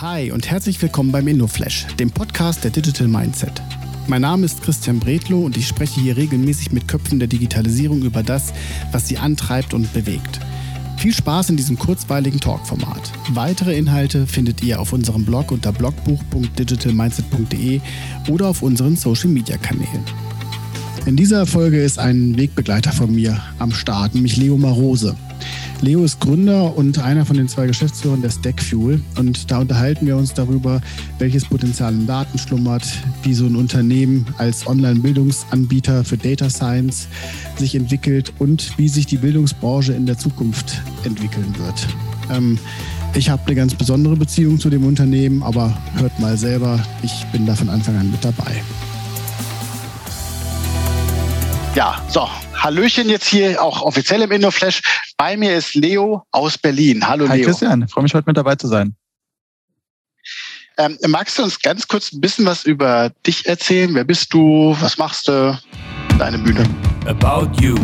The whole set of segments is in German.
Hi und herzlich willkommen beim InnoFlash, dem Podcast der Digital Mindset. Mein Name ist Christian Bredlow und ich spreche hier regelmäßig mit Köpfen der Digitalisierung über das, was sie antreibt und bewegt. Viel Spaß in diesem kurzweiligen Talkformat. Weitere Inhalte findet ihr auf unserem Blog unter blogbuch.digitalmindset.de oder auf unseren Social-Media-Kanälen. In dieser Folge ist ein Wegbegleiter von mir am Start, nämlich Leo Marose. Leo ist Gründer und einer von den 2 Geschäftsführern der Stackfuel und da unterhalten wir uns darüber, welches Potenzial in Daten schlummert, wie so ein Unternehmen als Online-Bildungsanbieter für Data Science sich entwickelt und wie sich die Bildungsbranche in der Zukunft entwickeln wird. Ich habe eine ganz besondere Beziehung zu dem Unternehmen, aber hört mal selber, ich bin da von Anfang an mit dabei. Ja, so, Hallöchen jetzt hier auch offiziell im InnoFlash. Bei mir ist Leo aus Berlin. Hallo Hi, Leo. Hi Christian, freue mich heute mit dabei zu sein. Magst du uns ganz kurz ein bisschen was über dich erzählen? Wer bist du? Was machst du? Deine Bühne. About you.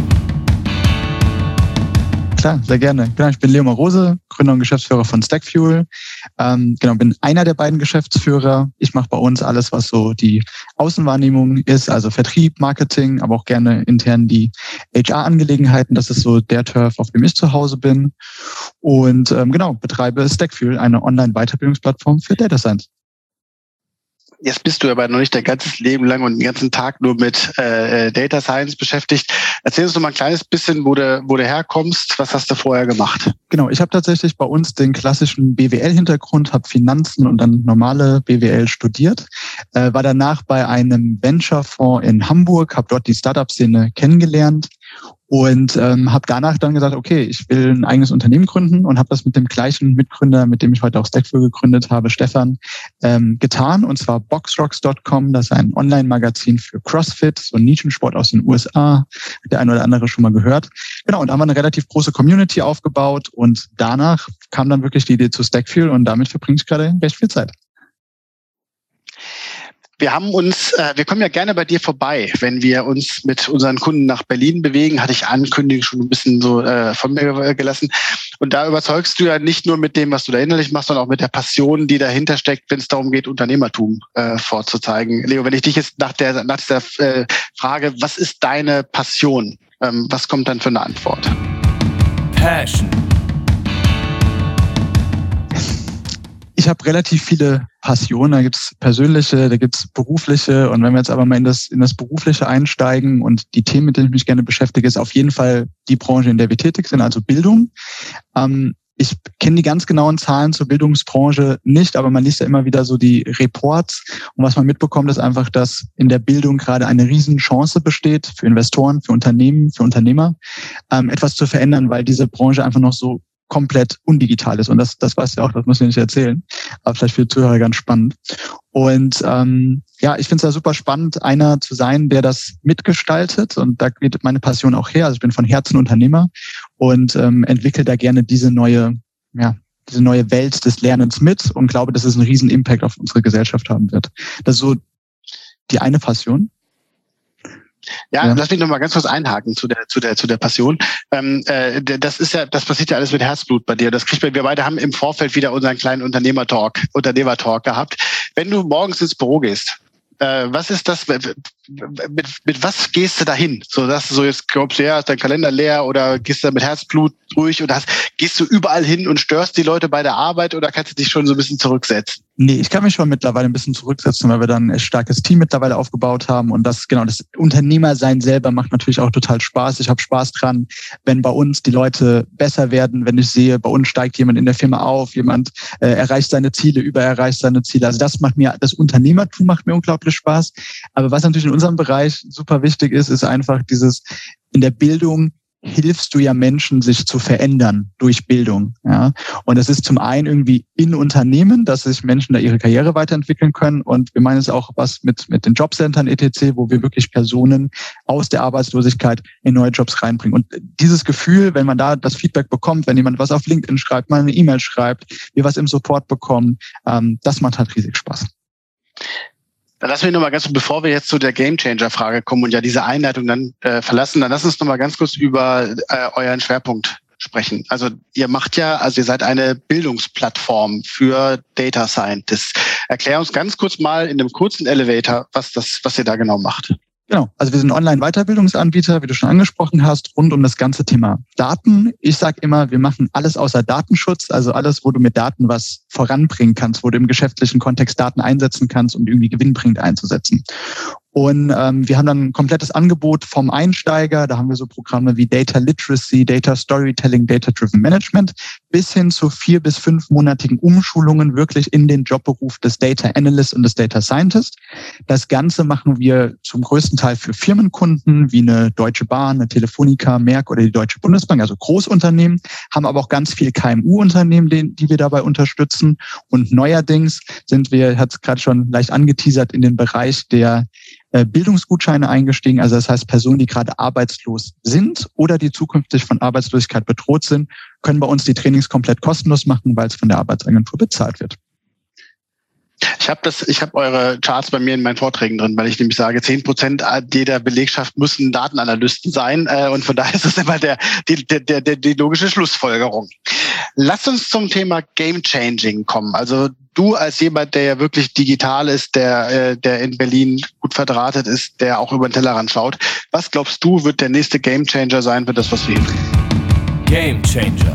Klar, sehr gerne. Genau, ich bin Leo Marose, Gründer und Geschäftsführer von Stackfuel. Bin einer der beiden Geschäftsführer. Ich mache bei uns alles, was so die Außenwahrnehmung ist, also Vertrieb, Marketing, aber auch gerne intern die HR-Angelegenheiten. Das ist so der Turf, auf dem ich zu Hause bin. Und betreibe Stackfuel, eine Online-Weiterbildungsplattform für Data Science. Jetzt bist du aber noch nicht dein ganzes Leben lang und den ganzen Tag nur mit Data Science beschäftigt. Erzähl uns doch mal ein kleines bisschen, wo du herkommst. Was hast du vorher gemacht? Genau, ich habe tatsächlich bei uns den klassischen BWL-Hintergrund, habe Finanzen und dann normale BWL studiert, war danach bei einem Venture-Fonds in Hamburg, habe dort die Startup-Szene kennengelernt. Und habe danach dann gesagt, okay, ich will ein eigenes Unternehmen gründen und habe das mit dem gleichen Mitgründer, mit dem ich heute auch Stackfuel gegründet habe, Stefan, getan. Und zwar Boxrocks.com, das ist ein Online-Magazin für CrossFit, so ein Nischensport aus den USA, hat der eine oder andere schon mal gehört. Genau, und da haben wir eine relativ große Community aufgebaut und danach kam dann wirklich die Idee zu Stackfuel und damit verbringe ich gerade recht viel Zeit. Wir kommen ja gerne bei dir vorbei, wenn wir uns mit unseren Kunden nach Berlin bewegen, hatte ich ankündigend schon ein bisschen so von mir gelassen. Und da überzeugst du ja nicht nur mit dem, was du da innerlich machst, sondern auch mit der Passion, die dahinter steckt, wenn es darum geht, Unternehmertum vorzuzeigen. Leo, wenn ich dich jetzt nach dieser Frage, was ist deine Passion? Was kommt dann für eine Antwort? Passion. Ich habe relativ viele Passionen, da gibt's persönliche, da gibt's berufliche und wenn wir jetzt aber mal in das Berufliche einsteigen und die Themen, mit denen ich mich gerne beschäftige, ist auf jeden Fall die Branche, in der wir tätig sind, also Bildung. Ich kenne die ganz genauen Zahlen zur Bildungsbranche nicht, aber man liest ja immer wieder so die Reports und was man mitbekommt, ist einfach, dass in der Bildung gerade eine Riesenchance besteht für Investoren, für Unternehmen, für Unternehmer, etwas zu verändern, weil diese Branche einfach noch so komplett undigital ist. Und das weißt du auch, das muss ich nicht erzählen. Aber vielleicht für die Zuhörer ganz spannend. Und ich finde es ja super spannend, einer zu sein, der das mitgestaltet. Und da geht meine Passion auch her. Also ich bin von Herzen Unternehmer und entwickle da gerne diese neue Welt des Lernens mit und glaube, dass es einen riesen Impact auf unsere Gesellschaft haben wird. Das ist so die eine Passion. Ja, lass mich noch mal ganz kurz einhaken zu der Passion. Das passiert ja alles mit Herzblut bei dir. Wir beide haben im Vorfeld wieder unseren kleinen Unternehmer-Talk gehabt. Wenn du morgens ins Büro gehst, was ist das? Mit was gehst du dahin? So, dass du so jetzt kommst du her, hast dein Kalender leer oder gehst du da mit Herzblut durch und gehst du überall hin und störst die Leute bei der Arbeit oder kannst du dich schon so ein bisschen zurücksetzen? Nee, ich kann mich schon mittlerweile ein bisschen zurücksetzen, weil wir dann ein starkes Team mittlerweile aufgebaut haben und das Unternehmersein selber macht natürlich auch total Spaß. Ich habe Spaß dran, wenn bei uns die Leute besser werden, wenn ich sehe, bei uns steigt jemand in der Firma auf, jemand erreicht seine Ziele, übererreicht seine Ziele. Also das Unternehmertum macht mir unglaublich Spaß. Aber was natürlich in unserem Bereich super wichtig ist einfach in der Bildung hilfst du ja Menschen, sich zu verändern durch Bildung. Ja? Und das ist zum einen irgendwie in Unternehmen, dass sich Menschen da ihre Karriere weiterentwickeln können. Und wir meinen es auch was mit den Jobcentern etc., wo wir wirklich Personen aus der Arbeitslosigkeit in neue Jobs reinbringen. Und dieses Gefühl, wenn man da das Feedback bekommt, wenn jemand was auf LinkedIn schreibt, mal eine E-Mail schreibt, wir was im Support bekommen, das macht halt riesig Spaß. Dann lass mich nochmal bevor wir jetzt zu der Gamechanger-Frage kommen und ja diese Einleitung dann verlassen, dann lass uns nochmal ganz kurz über euren Schwerpunkt sprechen. Also ihr seid eine Bildungsplattform für Data Scientists. Erklär uns ganz kurz mal in einem kurzen Elevator, was ihr da genau macht. Genau, also wir sind Online-Weiterbildungsanbieter, wie du schon angesprochen hast, rund um das ganze Thema Daten. Ich sage immer, wir machen alles außer Datenschutz, also alles, wo du mit Daten was voranbringen kannst, wo du im geschäftlichen Kontext Daten einsetzen kannst, um irgendwie gewinnbringend einzusetzen. Und wir haben dann ein komplettes Angebot vom Einsteiger. Da haben wir so Programme wie Data Literacy, Data Storytelling, Data Driven Management bis hin zu 4- bis 5-monatigen Umschulungen wirklich in den Jobberuf des Data Analyst und des Data Scientist. Das Ganze machen wir zum größten Teil für Firmenkunden wie eine Deutsche Bahn, eine Telefonica, Merck oder die Deutsche Bundesbank, also Großunternehmen, haben aber auch ganz viel KMU-Unternehmen, die wir dabei unterstützen. Und neuerdings sind wir, hat es gerade schon leicht angeteasert, in den Bereich der Bildungsgutscheine eingestiegen. Also das heißt, Personen, die gerade arbeitslos sind oder die zukünftig von Arbeitslosigkeit bedroht sind, können bei uns die Trainings komplett kostenlos machen, weil es von der Arbeitsagentur bezahlt wird. Ich habe eure Charts bei mir in meinen Vorträgen drin, weil ich nämlich sage, 10% jeder Belegschaft müssen Datenanalysten sein. Und von daher ist das immer die logische Schlussfolgerung. Lasst uns zum Thema Game Changing kommen. Also du als jemand, der ja wirklich digital ist, der in Berlin gut verdrahtet ist, der auch über den Tellerrand schaut. Was glaubst du, wird der nächste Game Changer sein für das, was wir hier tun? Game Changer.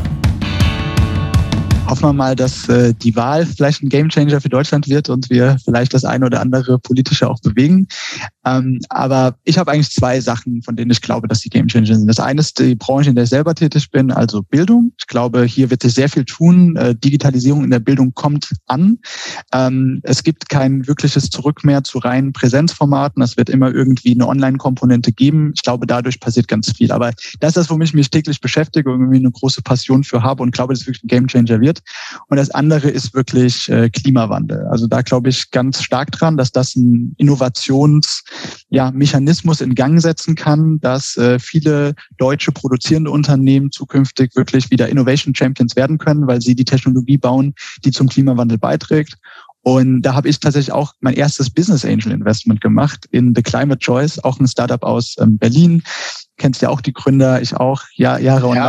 Hoffen wir mal, dass die Wahl vielleicht ein Gamechanger für Deutschland wird und wir vielleicht das eine oder andere politische auch bewegen. Aber ich habe eigentlich 2 Sachen, von denen ich glaube, dass die Gamechanger sind. Das eine ist die Branche, in der ich selber tätig bin, also Bildung. Ich glaube, hier wird sich sehr viel tun. Digitalisierung in der Bildung kommt an. Es gibt kein wirkliches Zurück mehr zu reinen Präsenzformaten. Es wird immer irgendwie eine Online-Komponente geben. Ich glaube, dadurch passiert ganz viel. Aber das ist das, womit ich mich täglich beschäftige und irgendwie eine große Passion für habe und glaube, dass es wirklich ein Gamechanger wird. Und das andere ist wirklich Klimawandel. Also da glaube ich ganz stark dran, dass das ein Innovationsmechanismus in Gang setzen kann, dass viele deutsche produzierende Unternehmen zukünftig wirklich wieder Innovation Champions werden können, weil sie die Technologie bauen, die zum Klimawandel beiträgt. Und da habe ich tatsächlich auch mein erstes Business Angel Investment gemacht in The Climate Choice, auch ein Startup aus Berlin. Kennst ja auch die Gründer, ich auch, Lara und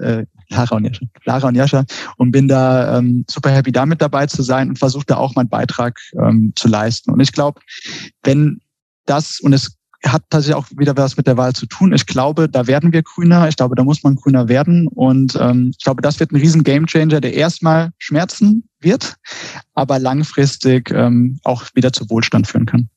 Jascha, und bin da super happy, damit dabei zu sein und versuche da auch meinen Beitrag zu leisten. Und ich glaube, wenn das, und es hat tatsächlich auch wieder was mit der Wahl zu tun, ich glaube, da werden wir grüner, ich glaube, da muss man grüner werden und ich glaube, das wird ein riesen Gamechanger, der erstmal schmerzen wird, aber langfristig auch wieder zu Wohlstand führen kann.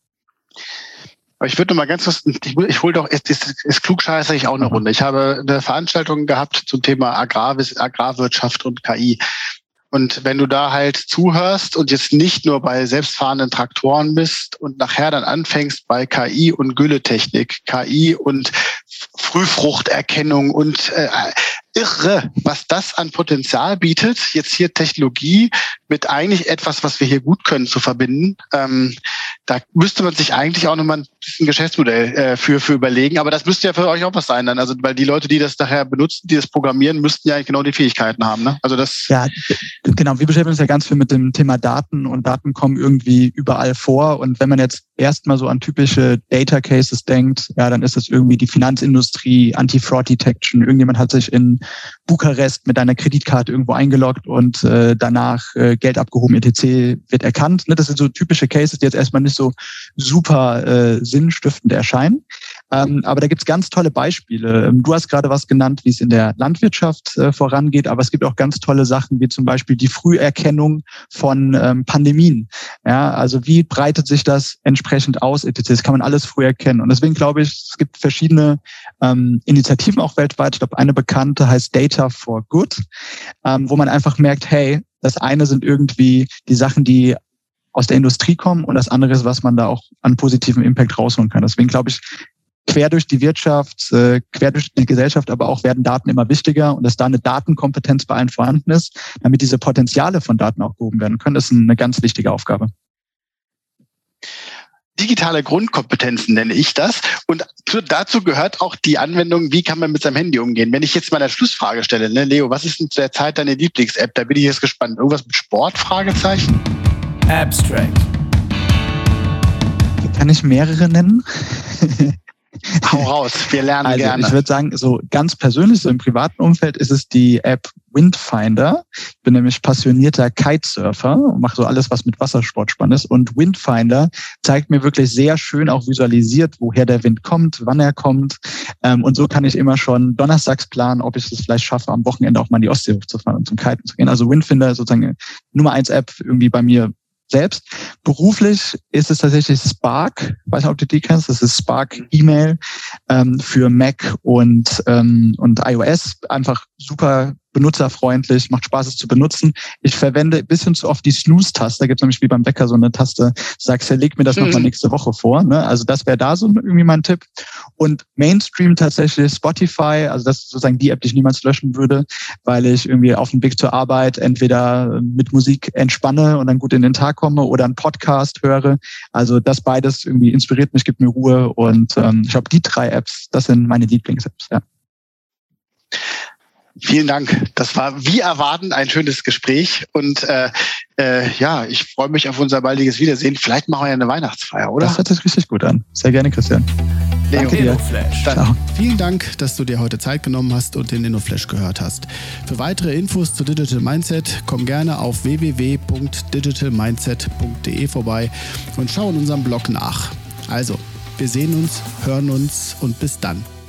Aber ich würde noch mal ganz kurz, ich hole doch, ist klugscheiße ich auch eine Runde. Ich habe eine Veranstaltung gehabt zum Thema Agrarwirtschaft und KI. Und wenn du da halt zuhörst und jetzt nicht nur bei selbstfahrenden Traktoren bist und nachher dann anfängst bei KI und Gülletechnik, KI und Frühfruchterkennung und irre, was das an Potenzial bietet, jetzt hier Technologie mit eigentlich etwas, was wir hier gut können, zu verbinden. Da müsste man sich eigentlich auch nochmal ein bisschen Geschäftsmodell für überlegen. Aber das müsste ja für euch auch was sein dann. Also, weil die Leute, die das nachher benutzen, die das programmieren, müssten ja genau die Fähigkeiten haben. Ne? Also das. Ja, genau. Wir beschäftigen uns ja ganz viel mit dem Thema Daten und Daten kommen irgendwie überall vor. Und wenn man jetzt erstmal so an typische Data Cases denkt, ja, dann ist das irgendwie die Finanzindustrie, Anti-Fraud Detection. Irgendjemand hat sich in Bukarest mit einer Kreditkarte irgendwo eingeloggt und danach Geld abgehoben, etc. wird erkannt. Ne? Das sind so typische Cases, die jetzt erstmal nicht so super sinnstiftend erscheinen. Aber da gibt's ganz tolle Beispiele. Du hast gerade was genannt, wie es in der Landwirtschaft vorangeht, aber es gibt auch ganz tolle Sachen, wie zum Beispiel die Früherkennung von Pandemien. Ja, also wie breitet sich das entsprechend aus, etc. Das kann man alles früh erkennen. Und deswegen glaube ich, es gibt verschiedene Initiativen auch weltweit. Ich glaube, eine bekannte heißt Data for Good, wo man einfach merkt, hey, das eine sind irgendwie die Sachen, die aus der Industrie kommen und das andere ist, was man da auch an positiven Impact rausholen kann. Deswegen glaube ich, quer durch die Wirtschaft, quer durch die Gesellschaft, aber auch werden Daten immer wichtiger und dass da eine Datenkompetenz bei allen vorhanden ist, damit diese Potenziale von Daten auch gehoben werden können, ist eine ganz wichtige Aufgabe. Digitale Grundkompetenzen nenne ich das. Und dazu gehört auch die Anwendung, wie kann man mit seinem Handy umgehen. Wenn ich jetzt mal eine Schlussfrage stelle, ne, Leo, was ist denn zu der Zeit deine Lieblings-App? Da bin ich jetzt gespannt. Irgendwas mit Sport? Fragezeichen? Abstract. Kann ich mehrere nennen? Hau raus, wir lernen gerne. Ich würde sagen, so ganz persönlich, so im privaten Umfeld ist es die App Windfinder. Ich bin nämlich passionierter Kitesurfer und mache so alles, was mit Wassersport spannend ist. Und Windfinder zeigt mir wirklich sehr schön auch visualisiert, woher der Wind kommt, wann er kommt. Und so kann ich immer schon donnerstags planen, ob ich es vielleicht schaffe, am Wochenende auch mal in die Ostsee hochzufahren und zum Kiten zu gehen. Also Windfinder ist sozusagen Nummer 1 App irgendwie bei mir selbst. Beruflich ist es tatsächlich Spark. Ich weiß nicht, ob du die kennst. Das ist Spark E-Mail für Mac und iOS. Einfach super benutzerfreundlich, macht Spaß, es zu benutzen. Ich verwende ein bisschen zu oft die Snooze-Taste. Da gibt es nämlich wie beim Bäcker so eine Taste, sagst, leg mir das nochmal nächste Woche vor. Ne? Also das wäre da so irgendwie mein Tipp. Und Mainstream tatsächlich Spotify, also das ist sozusagen die App, die ich niemals löschen würde, weil ich irgendwie auf dem Weg zur Arbeit entweder mit Musik entspanne und dann gut in den Tag komme oder einen Podcast höre. Also das beides irgendwie inspiriert mich, gibt mir Ruhe und ich glaube, die 3 Apps, das sind meine Lieblings-Apps, ja. Vielen Dank. Das war wie erwarten ein schönes Gespräch und ich freue mich auf unser baldiges Wiedersehen. Vielleicht machen wir ja eine Weihnachtsfeier, oder? Das hört sich richtig gut an. Sehr gerne, Christian. Leo. Danke dir. Dann vielen Dank, dass du dir heute Zeit genommen hast und den InnoFlash gehört hast. Für weitere Infos zu Digital Mindset komm gerne auf www.digitalmindset.de vorbei und schau in unserem Blog nach. Also, wir sehen uns, hören uns und bis dann.